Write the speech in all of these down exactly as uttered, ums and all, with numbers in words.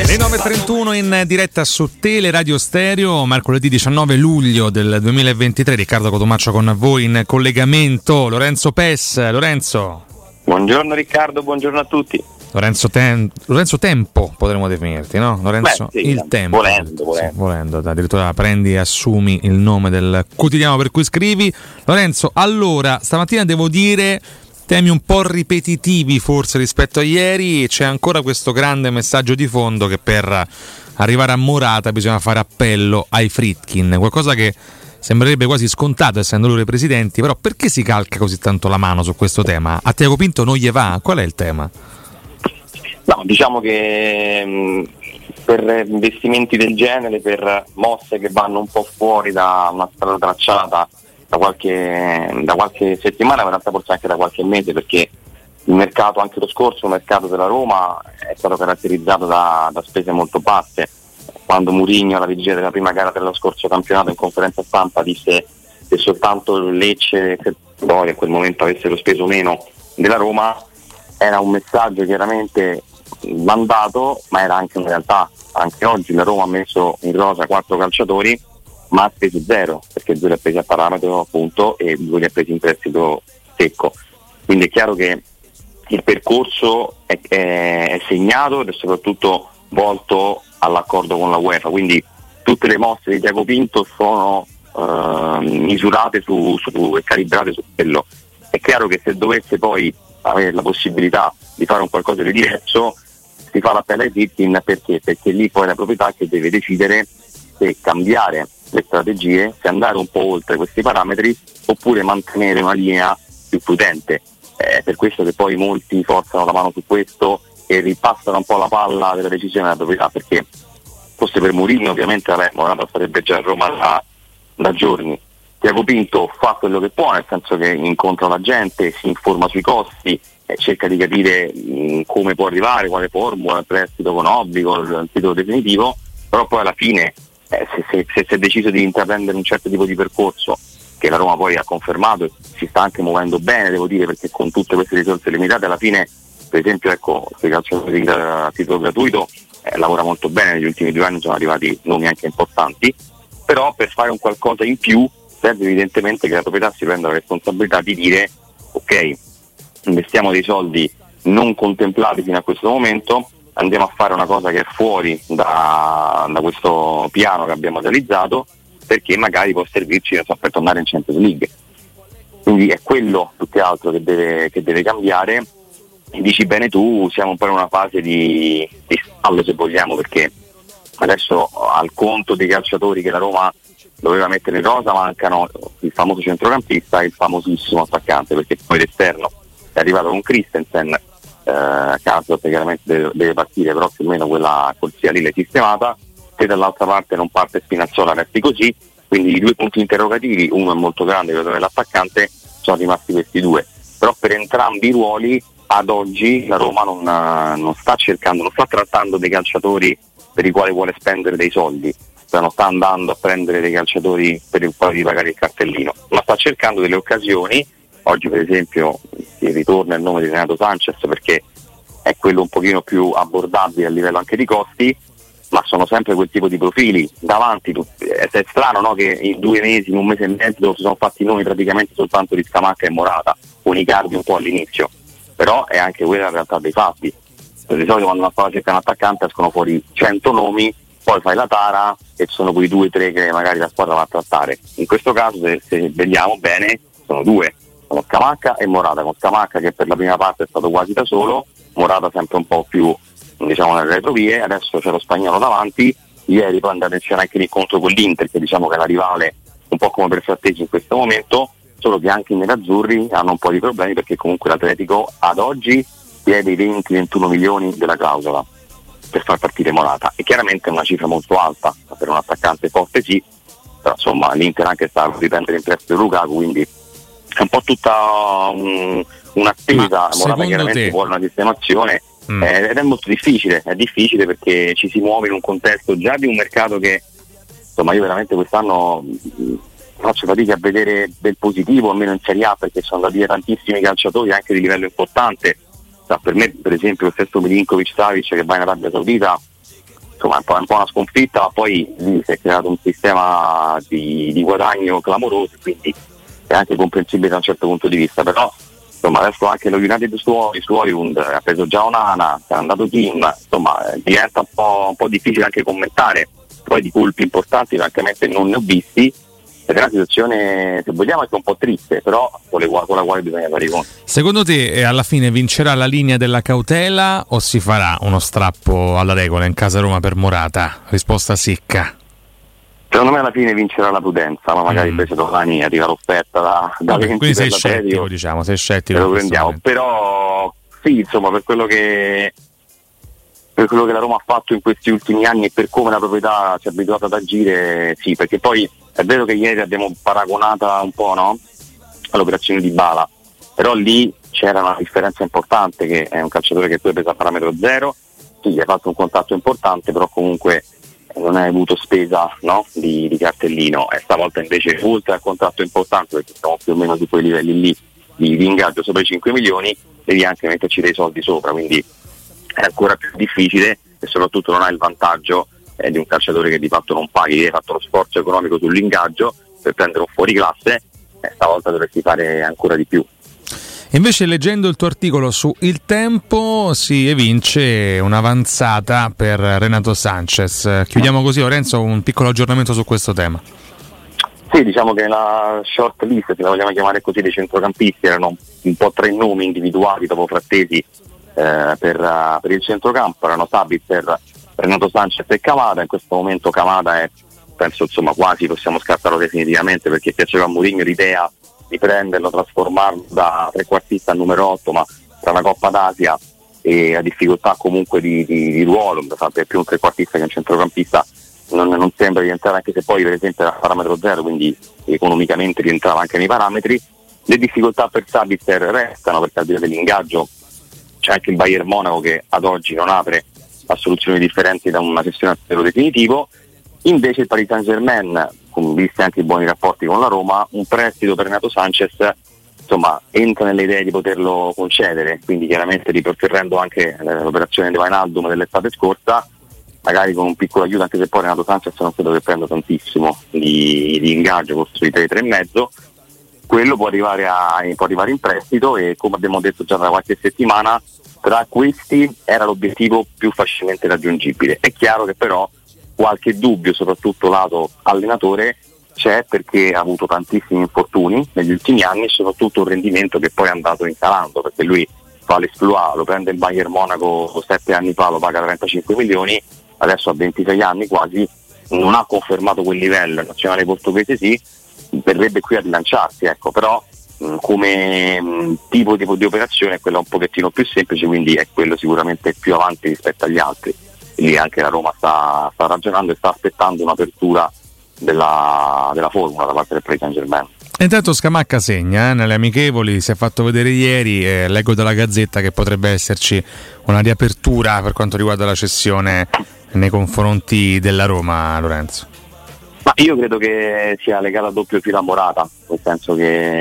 Le nove e trentuno in diretta su Teleradio Stereo, mercoledì diciannove luglio del duemilaventitré. Riccardo Cotomaccio con voi in collegamento. Lorenzo Pes. Lorenzo. Buongiorno Riccardo, buongiorno a tutti. Lorenzo, Tem- Lorenzo Tempo potremmo definirti, no? Lorenzo Beh, sì, il Tempo. Volendo, volendo. Sì, volendo. Addirittura prendi e assumi il nome del quotidiano per cui scrivi. Lorenzo, allora, stamattina devo dire temi un po' ripetitivi forse rispetto a ieri. C'è ancora questo grande messaggio di fondo che per arrivare a Morata bisogna fare appello ai Friedkin, qualcosa che sembrerebbe quasi scontato essendo loro i presidenti, però perché si calca così tanto la mano su questo tema? A Tiago Pinto non gli va? Qual è il tema? No, diciamo che mh, per investimenti del genere, per mosse che vanno un po' fuori da una strada tracciata da qualche, da qualche settimana, in realtà forse anche da qualche mese, perché il mercato, anche lo scorso mercato della Roma, è stato caratterizzato da, da spese molto basse. Quando Mourinho alla vigilia della prima gara dello scorso campionato in conferenza stampa disse che soltanto Lecce e poi in quel momento avessero speso meno della Roma, era un messaggio chiaramente mandato, ma era anche una realtà. Anche oggi la Roma ha messo in rosa quattro calciatori, ma ha speso zero, perché due li ha presi a parametro appunto e due li ha presi in prestito secco. Quindi è chiaro che il percorso è, è, è segnato ed è soprattutto volto all'accordo con la UEFA, quindi tutte le mosse di Tiago Pinto sono uh, misurate su, su, e calibrate su quello. È chiaro che se dovesse poi avere la possibilità di fare un qualcosa di diverso, si fa l'appello ai Friedkin, perché? Perché lì poi è la proprietà che deve decidere se cambiare le strategie, se andare un po' oltre questi parametri oppure mantenere una linea più prudente. È per questo che poi molti forzano la mano su questo e ripassano un po' la palla della decisione della proprietà, perché fosse per Mourinho ovviamente vabbè, Morata sarebbe già a Roma da, da giorni. Tiago Pinto fa quello che può, nel senso che incontra la gente, si informa sui costi, eh, cerca di capire mh, come può arrivare, quale formula, il prestito con obbligo, il titolo definitivo, però poi alla fine eh, se, se, se si è deciso di intraprendere un certo tipo di percorso che la Roma poi ha confermato e si sta anche muovendo bene, devo dire, perché con tutte queste risorse limitate alla fine, per esempio, ecco, sui calciatori a titolo gratuito eh, lavora molto bene, negli ultimi due anni sono arrivati nomi anche importanti, però per fare un qualcosa in più serve evidentemente che la proprietà si prenda la responsabilità di dire ok, investiamo dei soldi non contemplati fino a questo momento, andiamo a fare una cosa che è fuori da, da questo piano che abbiamo realizzato, perché magari può servirci so, per tornare in Champions League. Quindi è quello più che altro che deve, che deve cambiare. E dici bene tu, siamo un po' in una fase di, di stallo, se vogliamo, perché adesso al conto dei calciatori che la Roma doveva mettere in rosa mancano il famoso centrocampista e il famosissimo attaccante, perché poi l'esterno è arrivato con Christensen, eh, caso chiaramente deve, deve partire, però più o meno quella corsia lì l'è sistemata. Se dall'altra parte non parte Spinazzola resti così, quindi i due punti interrogativi, uno è molto grande, quello dell'attaccante, sono rimasti questi due, però per entrambi i ruoli ad oggi la Roma non, non sta cercando, non sta trattando dei calciatori per i quali vuole spendere dei soldi, cioè non sta andando a prendere dei calciatori per i quali pagare il cartellino, ma sta cercando delle occasioni. Oggi per esempio si ritorna il nome di Renato Sanchez perché è quello un pochino più abbordabile a livello anche di costi, ma sono sempre quel tipo di profili davanti. È, è strano, no, che in due mesi, in un mese e mezzo si sono fatti i nomi praticamente soltanto di Scamacca e Morata, con Icardi un po' all'inizio, però è anche quella la realtà dei fatti. Di solito quando una squadra cerca un attaccante escono fuori cento nomi, poi fai la tara e sono quei due o tre che magari la squadra va a trattare. In questo caso, se, se vediamo bene, sono due, sono Scamacca e Morata, con Scamacca che per la prima parte è stato quasi da solo, Morata sempre un po' più diciamo nelle retrovie, adesso c'è lo spagnolo davanti. Ieri poi andate c'era anche l'incontro con l'Inter, che diciamo che è la rivale un po' come per sorteggi in questo momento, solo che anche i nerazzurri hanno un po' di problemi perché comunque l'Atletico ad oggi chiede i venti ventuno milioni della clausola per far partire Morata, e chiaramente è una cifra molto alta per un attaccante forte, sì, però insomma l'Inter anche sta a riprendere in prestito Lukaku, quindi è un po' tutta un, un'attesa. Morata chiaramente te... vuole una sistemazione. Mm. Eh, ed è molto difficile, è difficile perché ci si muove in un contesto già di un mercato che insomma io veramente quest'anno mh, faccio fatica a vedere del positivo, almeno in Serie A, perché sono andati via tantissimi calciatori anche di livello importante. Cioè, per me per esempio lo stesso Milinkovic Savic che va in Arabia Saudita insomma è un po', un po' una sconfitta, ma poi lì si è creato un sistema di, di guadagno clamoroso, quindi è anche comprensibile da un certo punto di vista, però insomma adesso anche lo United su, su Oilund ha preso già Onana, è andato Kim, insomma eh, diventa un po', un po' difficile anche commentare, poi di colpi importanti francamente non ne ho visti, ed è una situazione, se vogliamo, anche un po' triste, però con, le, con la quale bisogna fare i conti. Secondo te eh, alla fine vincerà la linea della cautela o si farà uno strappo alla regola in casa Roma per Morata? Risposta secca. Secondo me alla fine vincerà la prudenza, ma magari Mm. invece domani arriva l'offerta da, da Vabbè, venti quindi sei per scettico, l'Atletico, diciamo, sei scettico. e lo in questo prendiamo, momento. però sì, insomma, per quello che per quello che la Roma ha fatto in questi ultimi anni e per come la proprietà ci è abituata ad agire, sì, perché poi è vero che ieri abbiamo paragonata un po', no? All'operazione di Bala, però lì c'era una differenza importante, che è un calciatore che tu hai preso a parametro zero, sì, gli hai fatto un contatto importante, però comunque non hai avuto spesa, no? di, di cartellino, e stavolta invece oltre al contratto importante, perché siamo più o meno su quei livelli lì di, di ingaggio sopra i cinque milioni, devi anche metterci dei soldi sopra, quindi è ancora più difficile e soprattutto non hai il vantaggio eh, di un calciatore che di fatto non paghi, hai fatto lo sforzo economico sull'ingaggio per prendere un fuoriclasse, e stavolta dovresti fare ancora di più. Invece, leggendo il tuo articolo su Il Tempo, si evince un'avanzata per Renato Sanchez. Chiudiamo così, Lorenzo, un piccolo aggiornamento su questo tema. Sì, diciamo che la short list, se la vogliamo chiamare così, dei centrocampisti erano un po' tre nomi individuati dopo Frattesi eh, per, uh, per il centrocampo, erano Sabitzer, Renato Sanchez e Kamada. In questo momento Kamada è, penso insomma quasi possiamo scartarlo definitivamente, perché piaceva a Mourinho l'idea di prenderlo, trasformarlo da trequartista a numero otto, ma tra la Coppa d'Asia e a difficoltà comunque di, di, di ruolo, è più un trequartista che un centrocampista, non, non sembra rientrare, anche se poi per esempio era a parametro zero, quindi economicamente rientrava anche nei parametri. Le difficoltà per Sabitzer restano, perché al di là dell'ingaggio c'è anche il Bayern Monaco che ad oggi non apre a soluzioni differenti da una sessione a zero definitivo. Invece il Paris Saint-Germain, con visti anche i buoni rapporti con la Roma, un prestito per Renato Sanchez insomma entra nelle idee di poterlo concedere, quindi chiaramente ripercorrendo anche eh, l'operazione di Wijnaldum dell'estate scorsa, magari con un piccolo aiuto, anche se poi Renato Sanchez non credo che prenda tantissimo di, di ingaggio, forse sui tre, tre e mezzo, quello può arrivare, a, può arrivare in prestito, e come abbiamo detto già da qualche settimana, tra questi era l'obiettivo più facilmente raggiungibile. È chiaro che però qualche dubbio, soprattutto lato allenatore, c'è, perché ha avuto tantissimi infortuni negli ultimi anni e soprattutto un rendimento che poi è andato incalando, perché lui fa l'esploit, lo prende il Bayern Monaco sette anni fa, lo paga trentacinque milioni, adesso a ventisei anni quasi, non ha confermato quel livello, il nazionale portoghese sì, verrebbe qui a rilanciarsi, ecco, però mh, come mh, tipo, tipo di operazione è quella un pochettino più semplice, quindi è quello sicuramente più avanti rispetto agli altri. Lì anche la Roma sta, sta ragionando e sta aspettando un'apertura della, della formula da parte del Paris Saint-Germain. Intanto Scamacca segna eh, nelle amichevoli, si è fatto vedere ieri, e leggo dalla Gazzetta che potrebbe esserci una riapertura per quanto riguarda la cessione nei confronti della Roma, Lorenzo. Ma io credo che sia legato a doppio filo a Morata, nel senso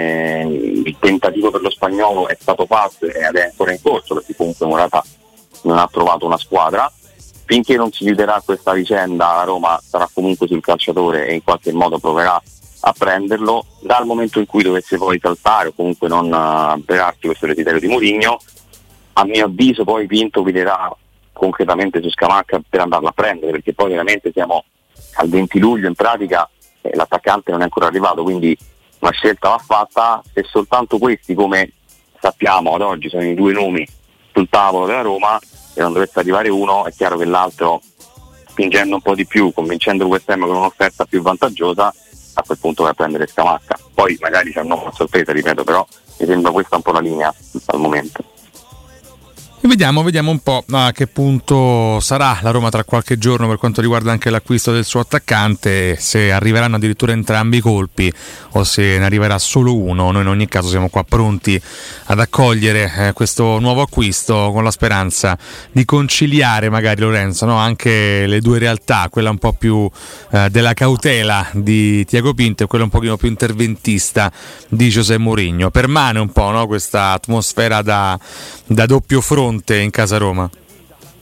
che il tentativo per lo spagnolo è stato fatto ed è ancora in corso, perché comunque Morata non ha trovato una squadra. Finché non si chiuderà questa vicenda, la Roma sarà comunque sul calciatore e in qualche modo proverà a prenderlo. Dal momento in cui dovesse poi saltare o comunque non avverarsi questo desiderio di Mourinho, a mio avviso poi Pinto guiderà concretamente su Scamacca per andarlo a prendere, perché poi veramente siamo al venti luglio in pratica, eh, l'attaccante non è ancora arrivato, quindi una scelta va fatta. Se soltanto questi, come sappiamo ad oggi, sono i due nomi sul tavolo della Roma e non dovesse arrivare uno, è chiaro che l'altro, spingendo un po' di più, convincendo il West Ham con un'offerta più vantaggiosa, a quel punto vai a prendere Scamacca. Poi magari c'è una sorpresa, ripeto, però mi sembra questa un po' la linea al momento. E vediamo, vediamo un po' a che punto sarà la Roma tra qualche giorno per quanto riguarda anche l'acquisto del suo attaccante, se arriveranno addirittura entrambi i colpi o se ne arriverà solo uno. Noi in ogni caso siamo qua pronti ad accogliere eh, questo nuovo acquisto con la speranza di conciliare magari, Lorenzo, no? Anche le due realtà, quella un po' più eh, della cautela di Tiago Pinto e quella un pochino più interventista di José Mourinho. Permane un po', no? Questa atmosfera da, da doppio fronte in casa Roma.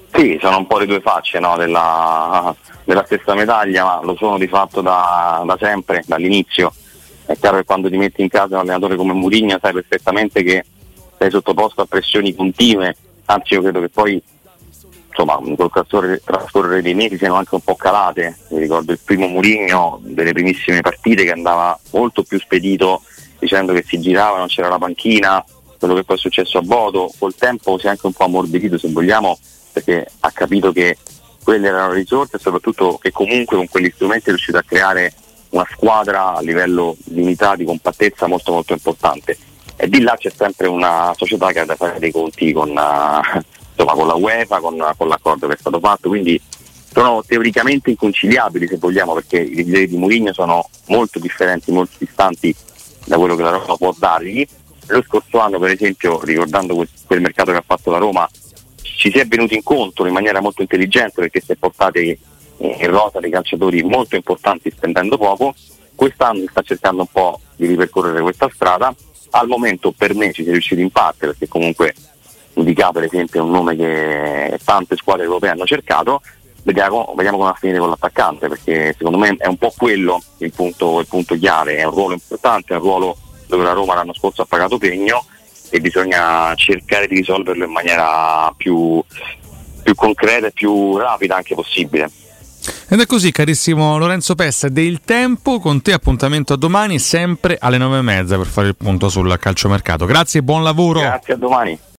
Sì, sono un po' le due facce, no, della, della stessa medaglia, ma lo sono di fatto da, da sempre, dall'inizio. È chiaro che quando ti metti in casa un allenatore come Mourinho sai perfettamente che sei sottoposto a pressioni continue, anzi io credo che poi insomma col trascorrere dei mesi siano anche un po' calate. Mi ricordo il primo Mourinho delle primissime partite che andava molto più spedito, dicendo che si girava, non c'era la panchina, quello che poi è successo a Bodo. Col tempo si è anche un po' ammorbidito, se vogliamo, perché ha capito che quelle erano risorse e soprattutto che comunque con quegli strumenti è riuscito a creare una squadra a livello di unità, di compattezza molto molto importante. E di là c'è sempre una società che ha da fare dei conti con, uh, insomma, con la UEFA, con, con l'accordo che è stato fatto, quindi sono teoricamente inconciliabili, se vogliamo, perché i desideri di Mourinho sono molto differenti, molto distanti da quello che la Roma può dargli. Lo scorso anno, per esempio, ricordando quel, quel mercato che ha fatto la Roma, ci si è venuti incontro in maniera molto intelligente, perché si è portati in rosa dei calciatori molto importanti spendendo poco. Quest'anno sta cercando un po' di ripercorrere questa strada. Al momento per me ci si è riusciti in parte, perché comunque Udicà per esempio è un nome che tante squadre europee hanno cercato. Vediamo, vediamo come va a finire con l'attaccante, perché secondo me è un po' quello il punto, il punto chiave. È un ruolo importante, è un ruolo dove la Roma l'anno scorso ha pagato pegno e bisogna cercare di risolverlo in maniera più, più concreta e più rapida anche possibile. Ed è così, carissimo Lorenzo Pessa, del tempo con te, appuntamento a domani sempre alle nove e mezza per fare il punto sul calciomercato. Grazie e buon lavoro. Grazie, a domani.